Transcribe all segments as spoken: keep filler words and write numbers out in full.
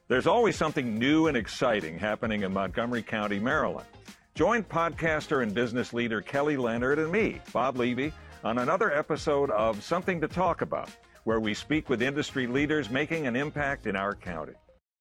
There's always something new and exciting happening in Montgomery County, Maryland. Join podcaster and business leader Kelly Leonard and me, Bob Levy, on another episode of Something to Talk About, where we speak with industry leaders making an impact in our county.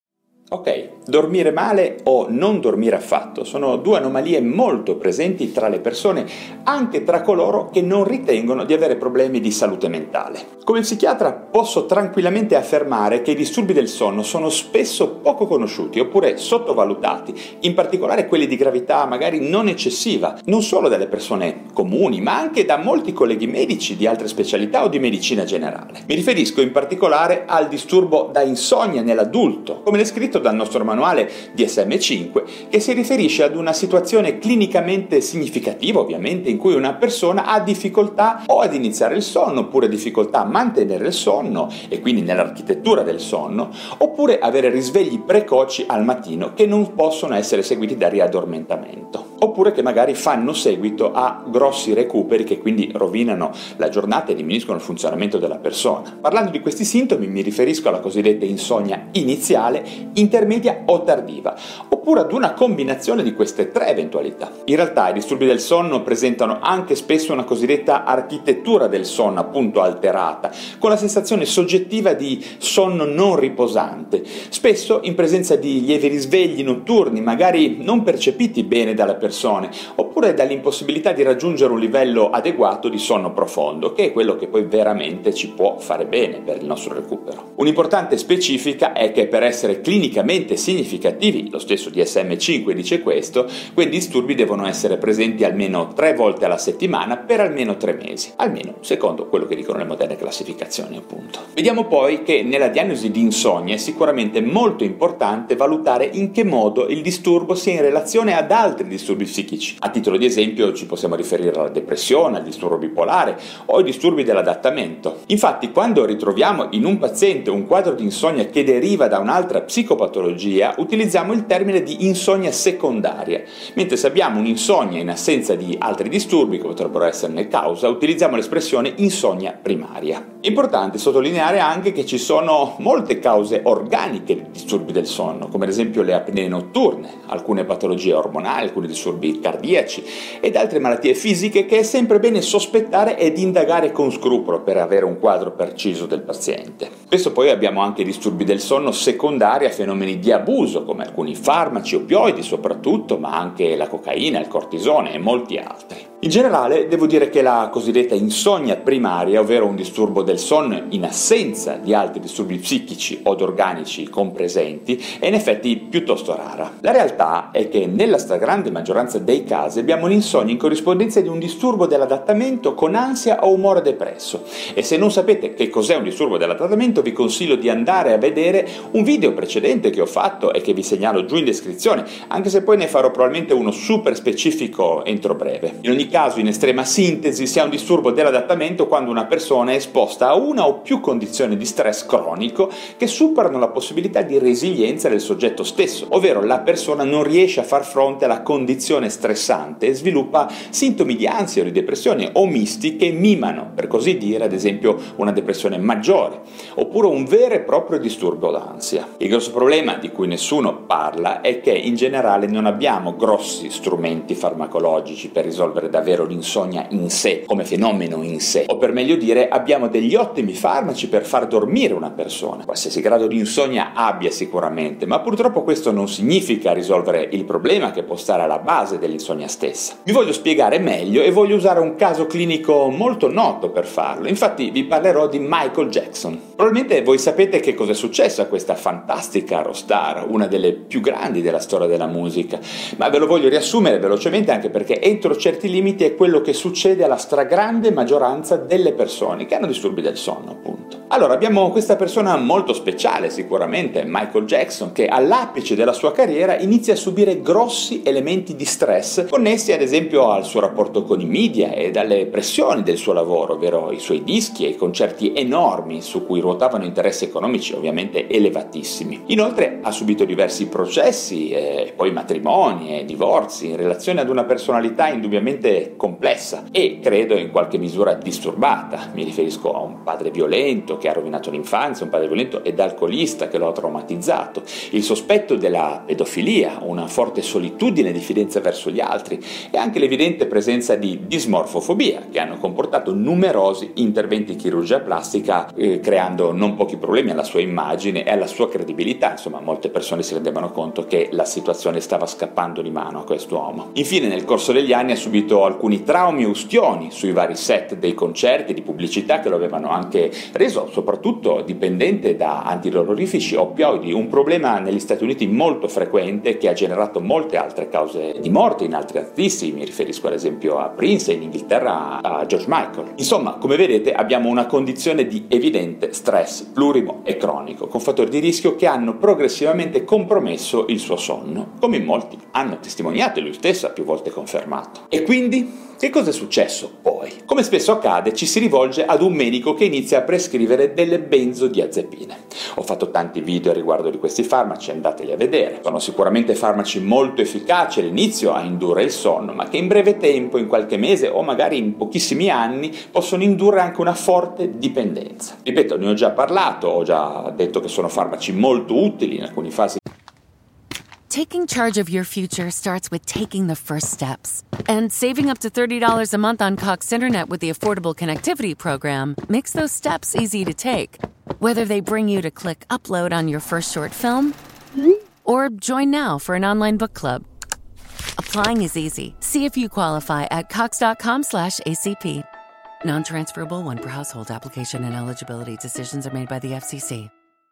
Ok, dormire male o non dormire affatto sono due anomalie molto presenti tra le persone, anche tra coloro che non ritengono di avere problemi di salute mentale. Come psichiatra posso tranquillamente affermare che i disturbi del sonno sono spesso poco conosciuti oppure sottovalutati, in particolare quelli di gravità magari non eccessiva, non solo dalle persone comuni, ma anche da molti colleghi medici di altre specialità o di medicina generale. Mi riferisco in particolare al disturbo da insonnia nell'adulto, come descritto dal nostro manuale D S M cinque, che si riferisce ad una situazione clinicamente significativa, ovviamente, in cui una persona ha difficoltà o ad iniziare il sonno, oppure difficoltà a mantenere il sonno, e quindi nell'architettura del sonno, oppure avere risvegli precoci al mattino che non possono essere seguiti da riaddormentamento, oppure che magari fanno seguito a grossi recuperi che quindi rovinano la giornata e diminuiscono il funzionamento della persona. Parlando di questi sintomi mi riferisco alla cosiddetta insonnia iniziale, intermedia o tardiva, oppure ad una combinazione di queste tre eventualità. In realtà i disturbi del sonno presentano anche spesso una cosiddetta architettura del sonno appunto alterata, con la sensazione soggettiva di sonno non riposante, spesso in presenza di lievi risvegli notturni, magari non percepiti bene dalle persone, oppure dall'impossibilità di raggiungere un livello adeguato di sonno profondo, che è quello che poi veramente ci può fare bene per il nostro recupero. Un'importante specifica è che per essere clinicamente significativi, lo stesso D S M cinque dice questo, quei disturbi devono essere presenti almeno tre volte alla settimana per almeno tre mesi, almeno secondo quello che dicono le moderne classificazioni appunto. Vediamo poi che nella diagnosi di insonnia è sicuramente molto importante valutare in che modo il disturbo sia in relazione ad altri disturbi psichici. A titolo di esempio ci possiamo riferire alla depressione, al disturbo bipolare o ai disturbi dell'adattamento. Infatti quando ritroviamo in un paziente un quadro di insonnia che deriva da un'altra psicopatologia, utilizziamo il termine di insonnia secondaria, mentre se abbiamo un'insonnia in assenza di altri disturbi che potrebbero esserne causa, utilizziamo l'espressione insonnia primaria. È importante sottolineare anche che ci sono molte cause organiche di disturbi del sonno, come ad esempio le apnee notturne, alcune patologie ormonali, alcuni disturbi cardiaci ed altre malattie fisiche che è sempre bene sospettare ed indagare con scrupolo per avere un quadro preciso del paziente. Spesso poi abbiamo anche disturbi del sonno secondari a fenomeni di abuso, come alcuni farmaci, opioidi soprattutto, ma anche la cocaina, il cortisone e molti altri. In generale devo dire che la cosiddetta insonnia primaria, ovvero un disturbo del sonno in assenza di altri disturbi psichici od organici compresenti, è in effetti piuttosto rara. La realtà è che nella stragrande maggioranza dei casi abbiamo l'insonnia in corrispondenza di un disturbo dell'adattamento con ansia o umore depresso, e se non sapete che cos'è un disturbo dell'adattamento vi consiglio di andare a vedere un video precedente che ho fatto e che vi segnalo giù in descrizione, anche se poi ne farò probabilmente uno super specifico entro breve. In ogni caso, in estrema sintesi, si ha un disturbo dell'adattamento quando una persona è esposta a una o più condizioni di stress cronico che superano la possibilità di resilienza del soggetto stesso, ovvero la persona non riesce a far fronte alla condizione stressante e sviluppa sintomi di ansia o di depressione o misti che mimano, per così dire, ad esempio una depressione maggiore, oppure un vero e proprio disturbo d'ansia. Il grosso problema di cui nessuno parla è che in generale non abbiamo grossi strumenti farmacologici per risolvere davvero l'insonnia in sé, come fenomeno in sé, o per meglio dire abbiamo degli ottimi farmaci per far dormire una persona, qualsiasi grado di insonnia abbia sicuramente, ma purtroppo questo non significa risolvere il problema che può stare alla base dell'insonnia stessa. Vi voglio spiegare meglio e voglio usare un caso clinico molto noto per farlo, infatti vi parlerò di Michael Jackson. Probabilmente voi sapete che cosa è successo a questa fantastica rockstar, una delle più grandi della storia della musica, ma ve lo voglio riassumere velocemente anche perché entro certi limiti è quello che succede alla stragrande maggioranza delle persone che hanno disturbi del sonno, appunto. Allora, abbiamo questa persona molto speciale sicuramente, Michael Jackson, che all'apice della sua carriera inizia a subire grossi elementi di stress connessi ad esempio al suo rapporto con i media e dalle pressioni del suo lavoro, ovvero i suoi dischi e i concerti enormi su cui ruotavano interessi economici ovviamente elevatissimi. Inoltre ha subito diversi processi processi, eh, poi matrimoni e divorzi in relazione ad una personalità indubbiamente complessa e credo in qualche misura disturbata. Mi riferisco a un padre violento che ha rovinato l'infanzia, un padre violento ed alcolista che lo ha traumatizzato, il sospetto della pedofilia, una forte solitudine e diffidenza verso gli altri e anche l'evidente presenza di dismorfofobia che hanno comportato numerosi interventi di chirurgia plastica eh, creando non pochi problemi alla sua immagine e alla sua credibilità. Insomma, molte persone si rendevano conto che la situazione stava scappando di mano a quest'uomo. Infine, nel corso degli anni ha subito alcuni traumi e ustioni sui vari set dei concerti di pubblicità che lo avevano anche reso soprattutto dipendente da antidolorifici oppioidi, un problema negli Stati Uniti molto frequente che ha generato molte altre cause di morte in altri artisti. Mi riferisco ad esempio a Prince e in Inghilterra a George Michael. Insomma, come vedete abbiamo una condizione di evidente stress plurimo e cronico con fattori di rischio che hanno progressivamente compromesso il suo sonno, come in molti hanno testimoniato e lui stesso ha più volte confermato. E quindi che cosa è successo poi? Come spesso accade, ci si rivolge ad un medico che inizia a prescrivere delle benzodiazepine. Ho fatto tanti video a riguardo di questi farmaci, andateli a vedere. Sono sicuramente farmaci molto efficaci all'inizio a indurre il sonno, ma che in breve tempo, in qualche mese o magari in pochissimi anni, possono indurre anche una forte dipendenza. Ripeto, ne ho già parlato, ho già detto che sono farmaci molto utili in alcune fasi. Taking charge of your future starts with taking the first steps. And saving up to thirty dollars a month on Cox Internet with the Affordable Connectivity Program makes those steps easy to take. Whether they bring you to click upload on your first short film or join now for an online book club. Applying is easy. See if you qualify at cox.com slash ACP. Non-transferable one per household. Application and eligibility decisions are made by the F C C.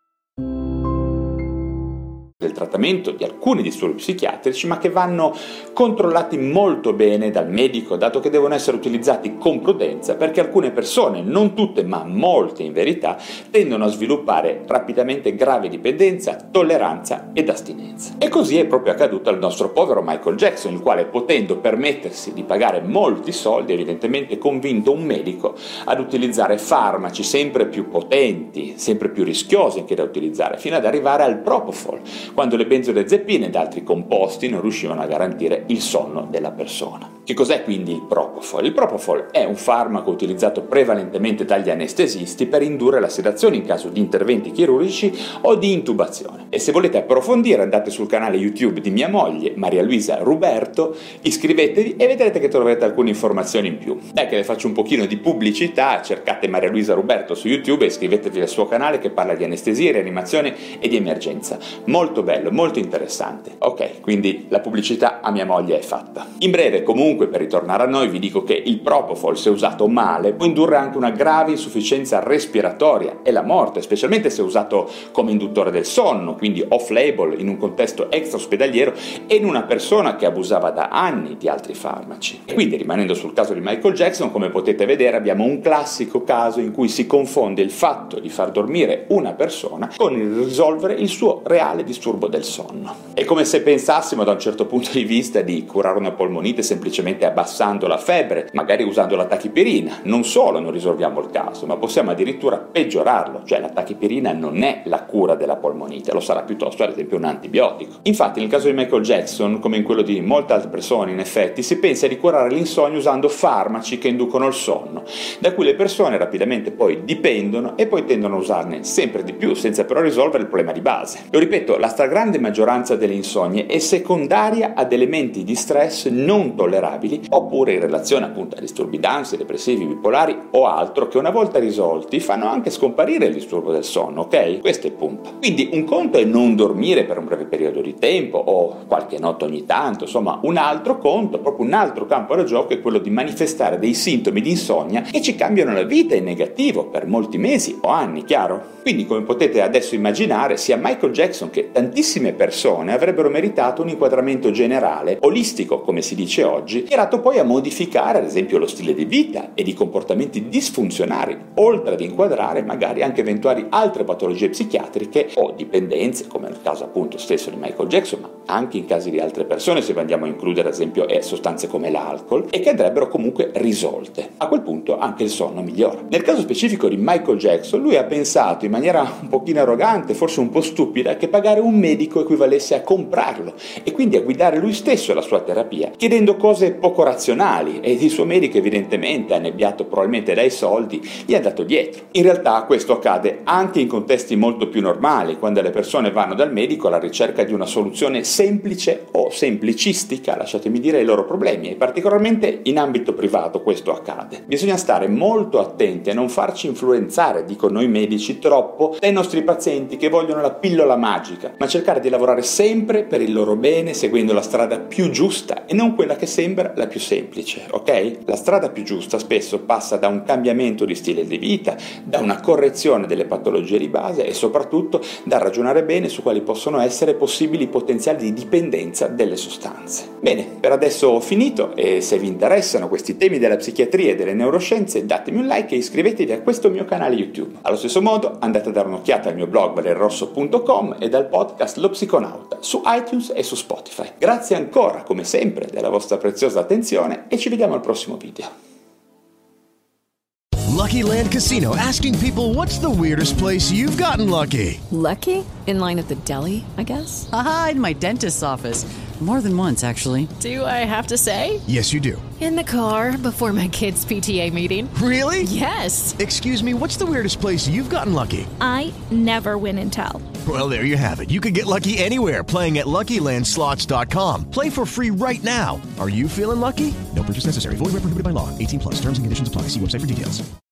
Del trattamento di alcuni disturbi psichiatrici, ma che vanno controllati molto bene dal medico, dato che devono essere utilizzati con prudenza, perché alcune persone, non tutte ma molte in verità, tendono a sviluppare rapidamente grave dipendenza, tolleranza ed astinenza. E così è proprio accaduto al nostro povero Michael Jackson, il quale, potendo permettersi di pagare molti soldi, evidentemente convinto un medico ad utilizzare farmaci sempre più potenti, sempre più rischiosi anche da utilizzare, fino ad arrivare al propofol, quando le benzodiazepine ed altri composti non riuscivano a garantire il sonno della persona. Che cos'è quindi il propofol? Il propofol è un farmaco utilizzato prevalentemente dagli anestesisti per indurre la sedazione in caso di interventi chirurgici o di intubazione. E se volete approfondire andate sul canale YouTube di mia moglie, Maria Luisa Ruberto, iscrivetevi e vedrete che troverete alcune informazioni in più. Dai che le faccio un pochino di pubblicità, cercate Maria Luisa Ruberto su YouTube e iscrivetevi al suo canale che parla di anestesia, rianimazione e di emergenza. Molto bello, molto interessante. Ok, quindi la pubblicità a mia moglie è fatta. In breve, comunque, per ritornare a noi, vi dico che il propofol, se usato male, può indurre anche una grave insufficienza respiratoria e la morte, specialmente se usato come induttore del sonno, quindi off-label, in un contesto extraospedaliero e in una persona che abusava da anni di altri farmaci. E quindi, rimanendo sul caso di Michael Jackson, come potete vedere, abbiamo un classico caso in cui si confonde il fatto di far dormire una persona con il risolvere il suo reale disturbo del sonno. È come se pensassimo da un certo punto di vista di curare una polmonite semplicemente abbassando la febbre, magari usando la tachipirina. Non solo non risolviamo il caso, ma possiamo addirittura peggiorarlo, cioè la tachipirina non è la cura della polmonite, lo sarà piuttosto ad esempio un antibiotico. Infatti nel caso di Michael Jackson, come in quello di molte altre persone, in effetti si pensa di curare l'insonnia usando farmaci che inducono il sonno, da cui le persone rapidamente poi dipendono e poi tendono a usarne sempre di più, senza però risolvere il problema di base. Lo ripeto, la stragrande maggioranza delle insonie è secondaria ad elementi di stress non tollerabili oppure in relazione appunto a disturbi d'ansia, depressivi, bipolari o altro che una volta risolti fanno anche scomparire il disturbo del sonno, ok? Questo è il punto. Quindi un conto è non dormire per un breve periodo di tempo o qualche notte ogni tanto, insomma un altro conto, proprio un altro campo da gioco è quello di manifestare dei sintomi di insonnia che ci cambiano la vita in negativo per molti mesi o anni, chiaro? Quindi come potete adesso immaginare, sia Michael Jackson che tantissime persone avrebbero meritato un inquadramento generale, olistico come si dice oggi, mirato poi a modificare ad esempio lo stile di vita e di comportamenti disfunzionali, oltre ad inquadrare magari anche eventuali altre patologie psichiatriche o dipendenze, come nel caso appunto stesso di Michael Jackson, ma anche in casi di altre persone, se andiamo a includere ad esempio sostanze come l'alcol, e che andrebbero comunque risolte. A quel punto anche il sonno migliora. Nel caso specifico di Michael Jackson, lui ha pensato in maniera un pochino arrogante, forse un po' stupida, che pagare un un medico equivalesse a comprarlo e quindi a guidare lui stesso la sua terapia, chiedendo cose poco razionali, ed il suo medico evidentemente, annebbiato probabilmente dai soldi, gli è andato dietro. In realtà questo accade anche in contesti molto più normali, quando le persone vanno dal medico alla ricerca di una soluzione semplice o semplicistica, lasciatemi dire, ai loro problemi, e particolarmente in ambito privato questo accade. Bisogna stare molto attenti a non farci influenzare, dico noi medici, troppo dai nostri pazienti che vogliono la pillola magica, ma cercare di lavorare sempre per il loro bene, seguendo la strada più giusta e non quella che sembra la più semplice, ok? La strada più giusta spesso passa da un cambiamento di stile di vita, da una correzione delle patologie di base e soprattutto da ragionare bene su quali possono essere possibili potenziali di dipendenza delle sostanze. Bene, per adesso ho finito e se vi interessano questi temi della psichiatria e delle neuroscienze datemi un like e iscrivetevi a questo mio canale YouTube. Allo stesso modo andate a dare un'occhiata al mio blog valerrosso punto com e al podcast Lo Psiconauta su iTunes e su Spotify. Grazie ancora, come sempre, della vostra preziosa attenzione e ci vediamo al prossimo video. Lucky Land Casino, asking people, what's the weirdest place you've gotten lucky? Lucky? In line at the deli, I guess? Aha, in my dentist's office. More than once, actually. Do I have to say? Yes, you do. In the car before my kids' P T A meeting. Really? Yes. Excuse me, what's the weirdest place you've gotten lucky? I never win and tell. Well, there you have it. You can get lucky anywhere, playing at Lucky Land Slots dot com. Play for free right now. Are you feeling lucky? No purchase necessary. Void where prohibited by law. eighteen plus. Terms and conditions apply. See website for details.